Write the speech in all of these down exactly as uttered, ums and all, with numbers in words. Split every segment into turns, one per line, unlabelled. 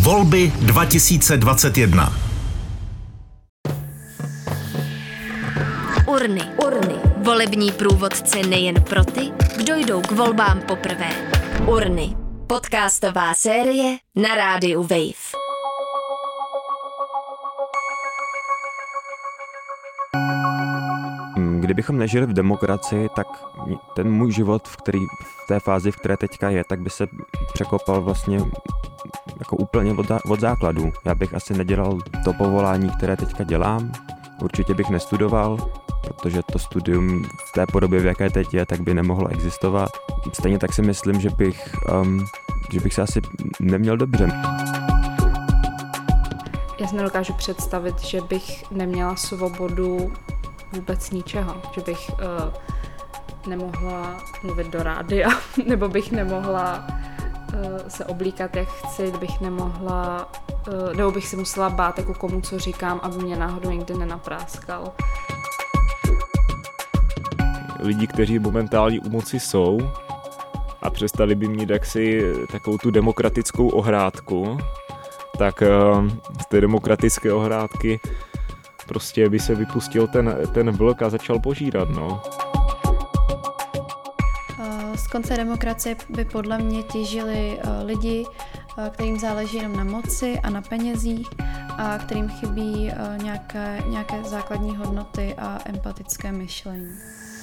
Volby dva tisíce dvacet jedna.
Urny. Urny. Volební průvodce nejen pro ty, kdo jdou k volbám poprvé. Urny. Podcastová série na rádiu Wave.
Kdybychom nežili v demokracii, tak ten můj život, v, který, v té fázi, v které teďka je, tak by se překopal vlastně jako úplně od, od základů. Já bych asi nedělal to povolání, které teďka dělám. Určitě bych nestudoval, protože to studium v té podobě, v jaké teď je, tak by nemohlo existovat. Stejně tak si myslím, že bych, um, že bych se asi neměl dobře.
Já si nedokážu představit, že bych neměla svobodu vůbec ničeho, že bych uh, nemohla mluvit do rádia, nebo bych nemohla uh, se oblíkat, jak chci, bych nemohla, uh, nebo bych si musela bát jako komu, co říkám, aby mě náhodou nikdy nenapráskal.
Lidi, kteří momentálně u moci jsou a přestali by mít jaksi takovou tu demokratickou ohrádku, tak uh, z té demokratické ohrádky prostě by se vypustil ten, ten vlk a začal požírat, no.
Z konce demokracie by podle mě těžili lidi, kterým záleží jenom na moci a na penězích a kterým chybí nějaké, nějaké základní hodnoty a empatické myšlení.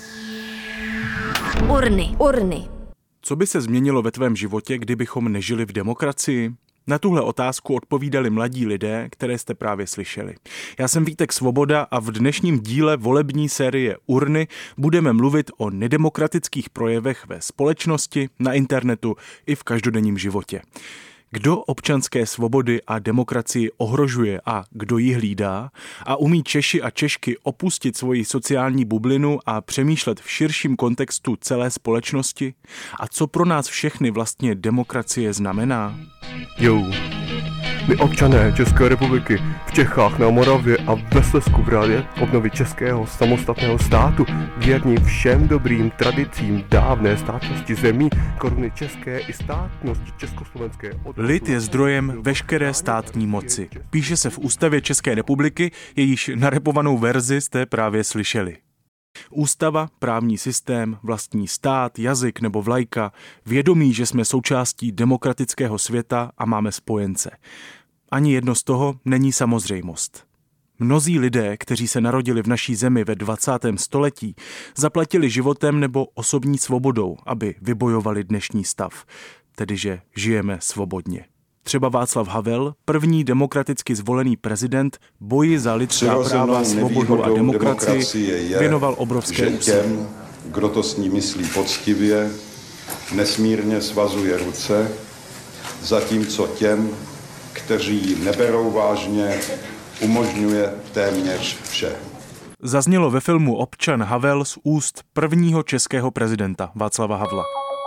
Urny. Urny.
Co by se změnilo ve tvém životě, kdybychom nežili v demokracii? Na tuhle otázku odpovídali mladí lidé, které jste právě slyšeli. Já jsem Vítek Svoboda a v dnešním díle volební série Urny budeme mluvit o nedemokratických projevech ve společnosti, na internetu i v každodenním životě. Kdo občanské svobody a demokracii ohrožuje a kdo ji hlídá? A umí Češi a Češky opustit svoji sociální bublinu a přemýšlet v širším kontextu celé společnosti? A co pro nás všechny vlastně demokracie znamená?
Jo, my občané České republiky v Čechách, na Moravě a ve Slezsku v rádě obnovy českého samostatného státu, věrní všem dobrým tradicím dávné státnosti zemí, koruny české i státnosti československé.
Lid je zdrojem veškeré státní moci. Píše se v Ústavě České republiky, jejíž narepovanou verzi jste právě slyšeli. Ústava, právní systém, vlastní stát, jazyk nebo vlajka, vědomí, že jsme součástí demokratického světa a máme spojence. Ani jedno z toho není samozřejmost. Mnozí lidé, kteří se narodili v naší zemi ve dvacátém století, zaplatili životem nebo osobní svobodou, aby vybojovali dnešní stav, tedy že žijeme svobodně. Třeba Václav Havel, první demokraticky zvolený prezident, boji za lidská práva, svobodu a demokracii věnoval obrovské úsilí.
Těm, kdo to s ní myslí poctivě, nesmírně svazuje ruce, zatímco těm, kteří ji neberou vážně, umožňuje téměř vše.
Zaznělo ve filmu Občan Havel z úst prvního českého prezidenta Václava Havla.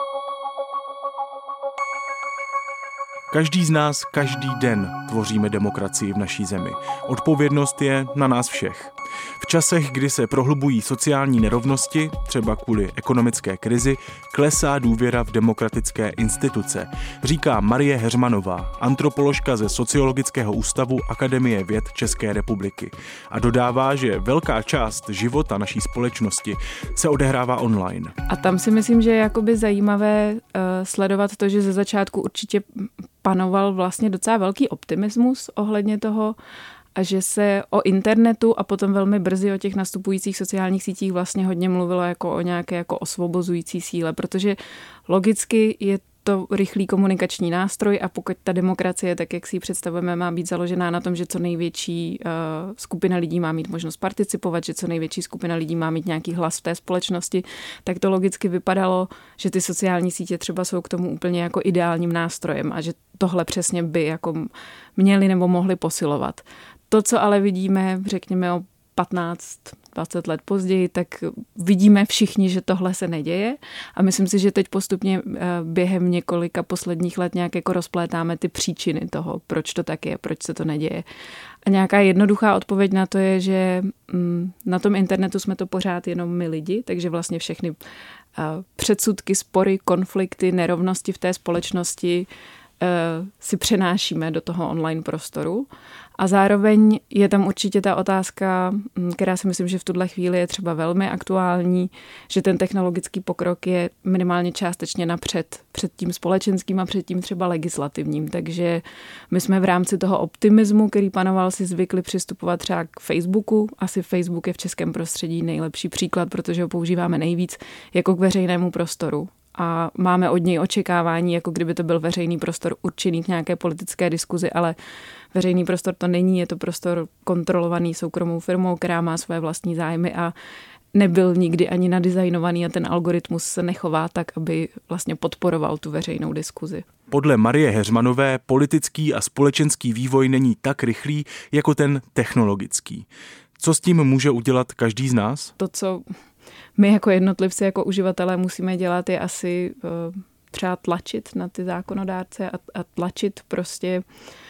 Každý z nás každý den tvoříme demokracii v naší zemi. Odpovědnost je na nás všech. V časech, kdy se prohlubují sociální nerovnosti, třeba kvůli ekonomické krizi, klesá důvěra v demokratické instituce, říká Marie Heřmanová, antropoložka ze Sociologického ústavu Akademie věd České republiky. A dodává, že velká část života naší společnosti se odehrává online.
A tam si myslím, že je jakoby zajímavé uh, sledovat to, že ze začátku určitě panoval vlastně docela velký optimismus ohledně toho, a že se o internetu a potom velmi brzy o těch nastupujících sociálních sítích vlastně hodně mluvilo jako o nějaké jako osvobozující síle, protože logicky je to rychlý komunikační nástroj a pokud ta demokracie, tak jak si ji představujeme, má být založená na tom, že co největší uh, skupina lidí má mít možnost participovat, že co největší skupina lidí má mít nějaký hlas v té společnosti, tak to logicky vypadalo, že ty sociální sítě třeba jsou k tomu úplně jako ideálním nástrojem a že tohle přesně by jako měli nebo mohli posilovat. To, co ale vidíme, řekněme o patnáct dvacet let později, tak vidíme všichni, že tohle se neděje a myslím si, že teď postupně během několika posledních let nějak jako rozplétáme ty příčiny toho, proč to tak je, proč se to neděje. A nějaká jednoduchá odpověď na to je, že na tom internetu jsme to pořád jenom my lidi, takže vlastně všechny předsudky, spory, konflikty, nerovnosti v té společnosti si přenášíme do toho online prostoru. A zároveň je tam určitě ta otázka, která si myslím, že v tuhle chvíli je třeba velmi aktuální, že ten technologický pokrok je minimálně částečně napřed před tím společenským a před tím třeba legislativním. Takže my jsme v rámci toho optimismu, který panoval, si zvykli přistupovat třeba k Facebooku. Asi Facebook je v českém prostředí nejlepší příklad, protože ho používáme nejvíc jako k veřejnému prostoru. A máme od něj očekávání, jako kdyby to byl veřejný prostor určený k nějaké politické diskuzi, ale veřejný prostor to není, je to prostor kontrolovaný soukromou firmou, která má své vlastní zájmy a nebyl nikdy ani nadizajnovaný a ten algoritmus se nechová tak, aby vlastně podporoval tu veřejnou diskuzi.
Podle Marie Heřmanové politický a společenský vývoj není tak rychlý jako ten technologický. Co s tím může udělat každý z nás?
To, co my jako jednotlivci, jako uživatelé musíme dělat, je asi uh, třeba tlačit na ty zákonodárce a, a tlačit prostě,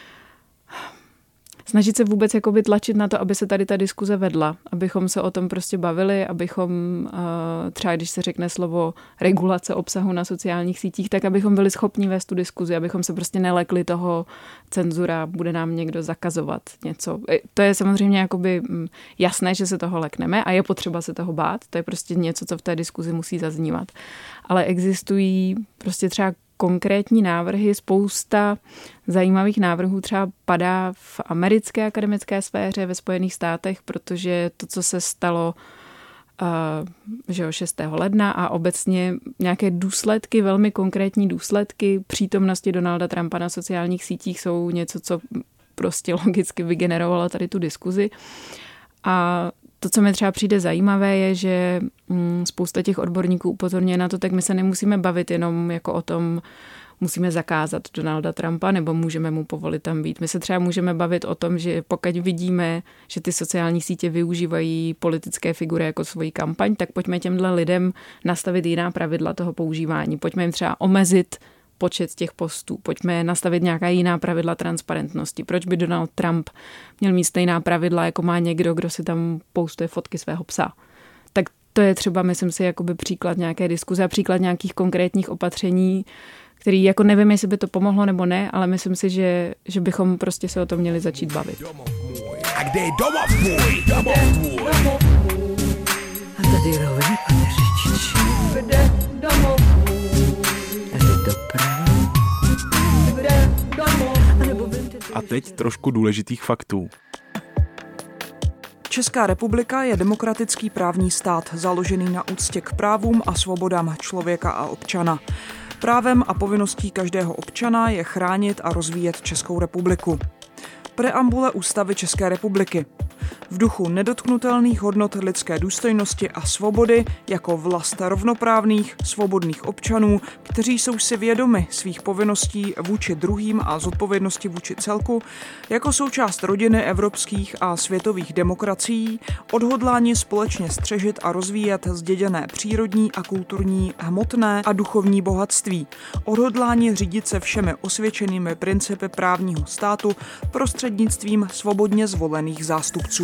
snažit se vůbec jakoby tlačit na to, aby se tady ta diskuze vedla, abychom se o tom prostě bavili, abychom uh, třeba, když se řekne slovo regulace obsahu na sociálních sítích, tak abychom byli schopni vést tu diskuzi, abychom se prostě nelekli toho cenzura, bude nám někdo zakazovat něco. To je samozřejmě jakoby jasné, že se toho lekneme a je potřeba se toho bát, to je prostě něco, co v té diskuzi musí zaznívat. Ale existují prostě třeba konkrétní návrhy, spousta zajímavých návrhů třeba padá v americké akademické sféře ve Spojených státech, protože to, co se stalo uh, že jo, šestého ledna a obecně nějaké důsledky, velmi konkrétní důsledky přítomnosti Donalda Trumpa na sociálních sítích jsou něco, co prostě logicky vygenerovalo tady tu diskuzi. A to, co mi třeba přijde zajímavé, je, že spousta těch odborníků upozorňuje na to, tak my se nemusíme bavit jenom jako o tom, musíme zakázat Donalda Trumpa nebo můžeme mu povolit tam být. My se třeba můžeme bavit o tom, že pokud vidíme, že ty sociální sítě využívají politické figury jako svoji kampaň, tak pojďme těmhle lidem nastavit jiná pravidla toho používání. Pojďme jim třeba omezit počet těch postů. Pojďme nastavit nějaká jiná pravidla transparentnosti. Proč by Donald Trump měl mít stejná pravidla, jako má někdo, kdo si tam postuje fotky svého psa? Tak to je třeba, myslím si, jakoby příklad nějaké diskuze a příklad nějakých konkrétních opatření, který jako nevím, jestli by to pomohlo nebo ne, ale myslím si, že, že bychom prostě se o tom měli začít bavit.
A kde je domov můj? Domov můj? A tady rovně padeřičič. Kde domov můj? A teď doprava. Kde domov můj?
A teď trošku důležitých faktů.
Česká republika je demokratický právní stát založený na úctě k právům a svobodám člověka a občana. Právem a povinností každého občana je chránit a rozvíjet Českou republiku. Preambule Ústavy České republiky. V duchu nedotknutelných hodnot lidské důstojnosti a svobody jako vlast rovnoprávných, svobodných občanů, kteří jsou si vědomi svých povinností vůči druhým a zodpovědnosti vůči celku, jako součást rodiny evropských a světových demokracií, odhodlání společně střežit a rozvíjet zděděné přírodní a kulturní, hmotné a duchovní bohatství, odhodlání řídit se všemi osvědčenými principy právního státu prostřednictvím svobodně zvolených zástupců.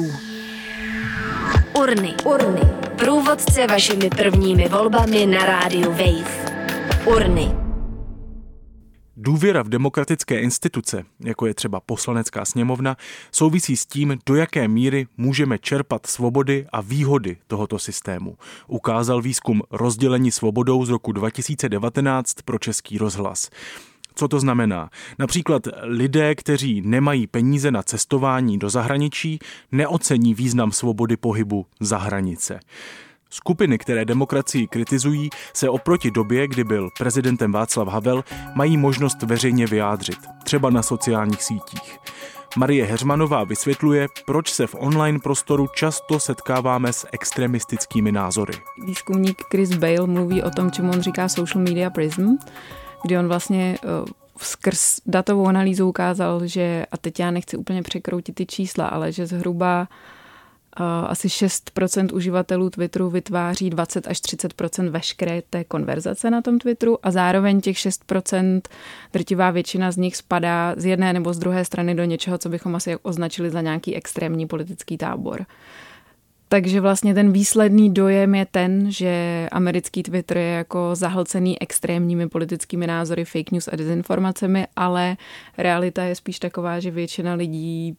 Urny. Urny. Průvodce vašimi prvními volbami na rádiu Wave. Urny.
Důvěra v demokratické instituce, jako je třeba Poslanecká sněmovna, souvisí s tím, do jaké míry můžeme čerpat svobody a výhody tohoto systému. Ukázal výzkum Rozdělení svobodou z roku dva tisíce devatenáct pro Český rozhlas. Co to znamená? Například lidé, kteří nemají peníze na cestování do zahraničí, neocení význam svobody pohybu za hranice. Skupiny, které demokracii kritizují, se oproti době, kdy byl prezidentem Václav Havel, mají možnost veřejně vyjádřit, třeba na sociálních sítích. Marie Heřmanová vysvětluje, proč se v online prostoru často setkáváme s extremistickými názory.
Výzkumník Chris Bale mluví o tom, čemu on říká social media prism, kdy on vlastně skrz datovou analýzu ukázal, že, a teď já nechci úplně překroutit ty čísla, ale že zhruba uh, asi šest procent uživatelů Twitteru vytváří dvacet až třicet procent veškeré té konverzace na tom Twitteru a zároveň těch šest procent, drtivá většina z nich spadá z jedné nebo z druhé strany do něčeho, co bychom asi označili za nějaký extrémní politický tábor. Takže vlastně ten výsledný dojem je ten, že americký Twitter je jako zahlcený extrémními politickými názory, fake news a dezinformacemi, ale realita je spíš taková, že většina lidí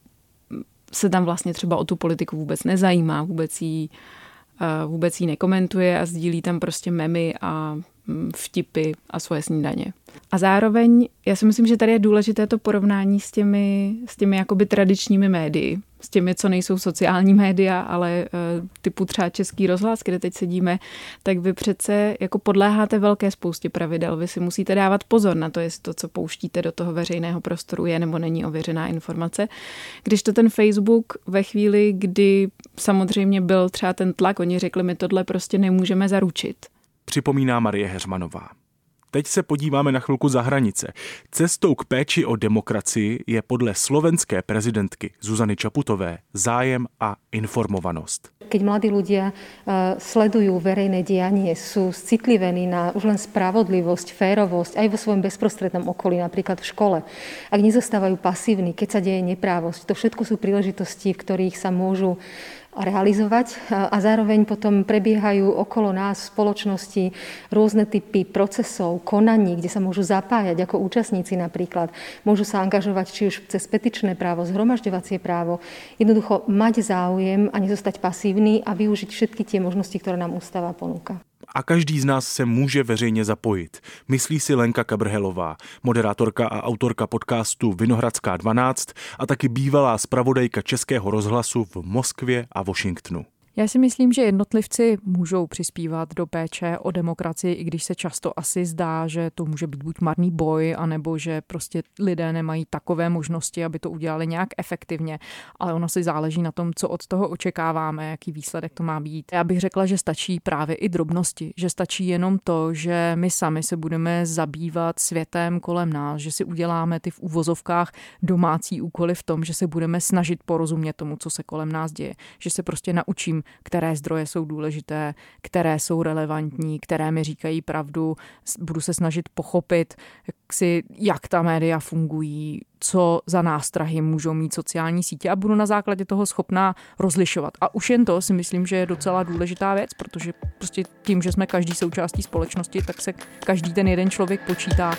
se tam vlastně třeba o tu politiku vůbec nezajímá, vůbec jí, vůbec jí nekomentuje a sdílí tam prostě memy a vtipy a svoje snídaně. A zároveň já si myslím, že tady je důležité to porovnání s těmi, s těmi jakoby tradičními médii, s těmi, co nejsou sociální média, ale typu třeba Český rozhlas, kde teď sedíme, tak vy přece jako podléháte velké spoustě pravidel. Vy si musíte dávat pozor na to, jestli to, co pouštíte do toho veřejného prostoru, je nebo není ověřená informace. Když to ten Facebook ve chvíli, kdy samozřejmě byl třeba ten tlak, oni řekli, my tohle prostě nemůžeme zaručit.
Připomíná Marie Heřmanová. Teď se podíváme na chvilku za hranice. Cestou k péči o demokracii je podle slovenské prezidentky Zuzany Čaputové zájem a informovanost.
Keď mladí ľudia sledujú verejné dianie, sú citlivení na už len spravodlivosť, férovosť aj vo svojom bezprostrednom okolí, napríklad v škole. Ak nezostávajú pasívni, keď sa deje neprávosť, to všetko sú príležitosti, v ktorých sa môžu realizovať a zároveň potom prebiehajú okolo nás v spoločnosti rôzne typy procesov, konaní, kde sa môžu zapájať ako účastníci napríklad. Môžu sa angažovať či už cez petičné právo, zhromažďovacie právo. Jednoducho mať záujem a nezostať pasívny a využiť všetky tie možnosti, ktoré nám ústava ponúka.
A každý z nás se může veřejně zapojit. Myslí si Lenka Kabrhelová, moderátorka a autorka podcastu Vinohradská dvanáct a taky bývalá zpravodajka Českého rozhlasu v Moskvě a Washingtonu.
Já si myslím, že jednotlivci můžou přispívat do péče o demokracii, i když se často asi zdá, že to může být buď marný boj, anebo že prostě lidé nemají takové možnosti, aby to udělali nějak efektivně. Ale ono si záleží na tom, co od toho očekáváme, jaký výsledek to má být. Já bych řekla, že stačí právě i drobnosti, že stačí jenom to, že my sami se budeme zabývat světem kolem nás, že si uděláme ty v uvozovkách domácí úkoly v tom, že se budeme snažit porozumět tomu, co se kolem nás děje, že se prostě naučím, které zdroje jsou důležité, které jsou relevantní, které mi říkají pravdu. Budu se snažit pochopit, jak, si, jak ta média fungují, co za nástrahy můžou mít sociální sítě a budu na základě toho schopná rozlišovat. A už jen to si myslím, že je docela důležitá věc, protože prostě tím, že jsme každý součástí společnosti, tak se každý ten jeden člověk počítá.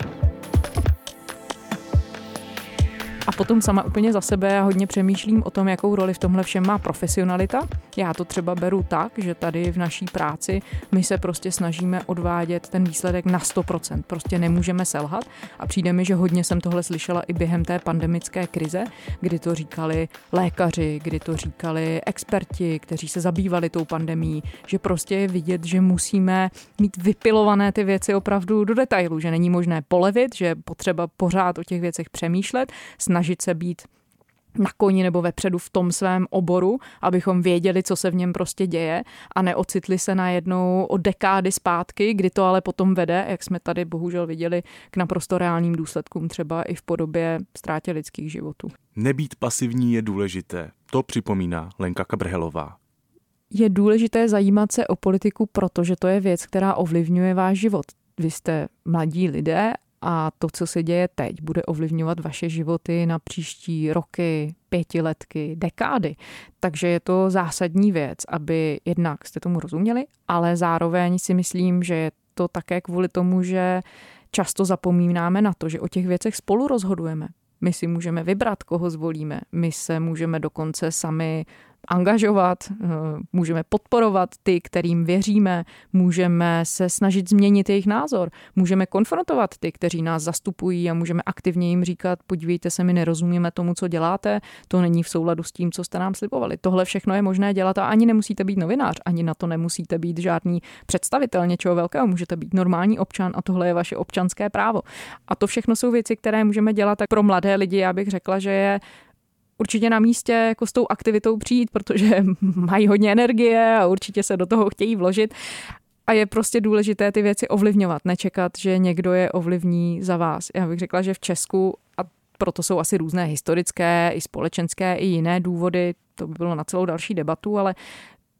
A potom sama úplně za sebe hodně přemýšlím o tom, jakou roli v tomhle všem má profesionalita. Já to třeba beru tak, že tady v naší práci my se prostě snažíme odvádět ten výsledek na sto procent. Prostě nemůžeme selhat a přijde mi, že hodně jsem tohle slyšela i během té pandemické krize, kdy to říkali lékaři, kdy to říkali experti, kteří se zabývali tou pandemií, že prostě je vidět, že musíme mít vypilované ty věci opravdu do detailu, že není možné polevit, že je potřeba pořád o těch věcech přemýšlet, snažit se být na koni nebo vepředu v tom svém oboru, abychom věděli, co se v něm prostě děje a neocitli se najednou o dekády zpátky, kdy to ale potom vede, jak jsme tady bohužel viděli, k naprosto reálným důsledkům, třeba i v podobě ztrátě lidských životů.
Nebýt pasivní je důležité, to připomíná Lenka Kabrhelová.
Je důležité zajímat se o politiku, protože to je věc, která ovlivňuje váš život. Vy jste mladí lidé a to, co se děje teď, bude ovlivňovat vaše životy na příští roky, pětiletky, dekády. Takže je to zásadní věc, aby jednak jste tomu rozuměli, ale zároveň si myslím, že je to také kvůli tomu, že často zapomínáme na to, že o těch věcech spolu rozhodujeme. My si můžeme vybrat, koho zvolíme. My se můžeme dokonce sami angažovat, můžeme podporovat ty, kterým věříme, můžeme se snažit změnit jejich názor, můžeme konfrontovat ty, kteří nás zastupují a můžeme aktivně jim říkat, podívejte se, my nerozumíme tomu, co děláte, to není v souladu s tím, co jste nám slibovali. Tohle všechno je možné dělat a ani nemusíte být novinář, ani na to nemusíte být žádný představitel něčeho velkého, můžete být normální občan a tohle je vaše občanské právo. A to všechno jsou věci, které můžeme dělat. Tak pro mladé lidi já bych řekla, že je určitě na místě jako s tou aktivitou přijít, protože mají hodně energie a určitě se do toho chtějí vložit. A je prostě důležité ty věci ovlivňovat, nečekat, že někdo je ovlivní za vás. Já bych řekla, že v Česku, a proto jsou asi různé historické, i společenské, i jiné důvody, to by bylo na celou další debatu, ale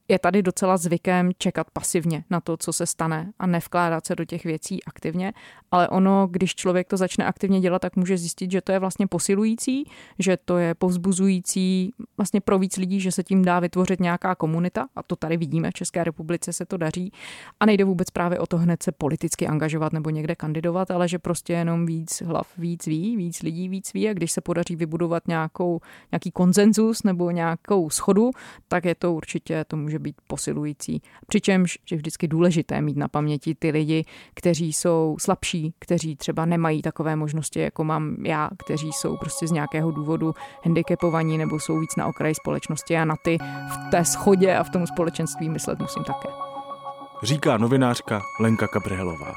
je tady docela zvykem čekat pasivně na to, co se stane a nevkládat se do těch věcí aktivně, ale ono, když člověk to začne aktivně dělat, tak může zjistit, že to je vlastně posilující, že to je povzbuzující vlastně pro víc lidí, že se tím dá vytvořit nějaká komunita a to tady vidíme, v České republice se to daří a nejde vůbec právě o to hned se politicky angažovat nebo někde kandidovat, ale že prostě jenom víc hlav víc ví, víc lidí víc ví a když se podaří vybudovat nějakou, nějaký konsenzus nebo nějakou schodu, tak je to určitě, to může být posilující. Přičemž je vždycky důležité mít na paměti ty lidi, kteří jsou slabší, kteří třeba nemají takové možnosti, jako mám já, kteří jsou prostě z nějakého důvodu handicapovaní nebo jsou víc na okraji společnosti a na ty v té shodě a v tom společenství myslet musím také.
Říká novinářka Lenka Kabrhelová.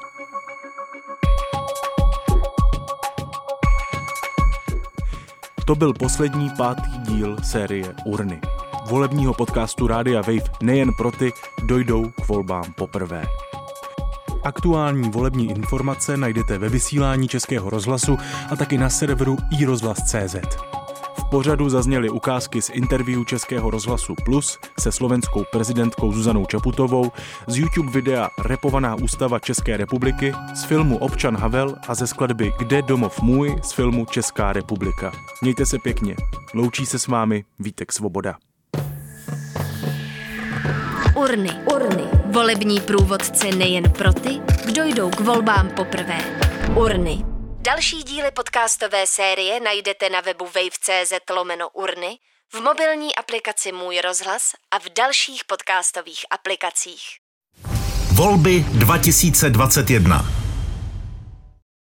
To byl poslední pátý díl série Urny. Volebního podcastu Rádia Wave nejen pro ty, kdo jdou k volbám poprvé. Aktuální volební informace najdete ve vysílání Českého rozhlasu a taky na serveru i rozhlas tečka cé zet. V pořadu zazněly ukázky z interview Českého rozhlasu Plus se slovenskou prezidentkou Zuzanou Čaputovou, z YouTube videa Repovaná ústava České republiky, z filmu Občan Havel a ze skladby Kde domov můj z filmu Česká republika. Mějte se pěkně. Loučí se s vámi Vítek Svoboda.
Urny. Urny. Volební průvodce nejen pro ty, kdo jdou k volbám poprvé. Urny. Další díly podcastové série najdete na webu wave tečka cé zet lomeno urny, v mobilní aplikaci Můj rozhlas a v dalších podcastových aplikacích.
Volby dva tisíce dvacet jedna.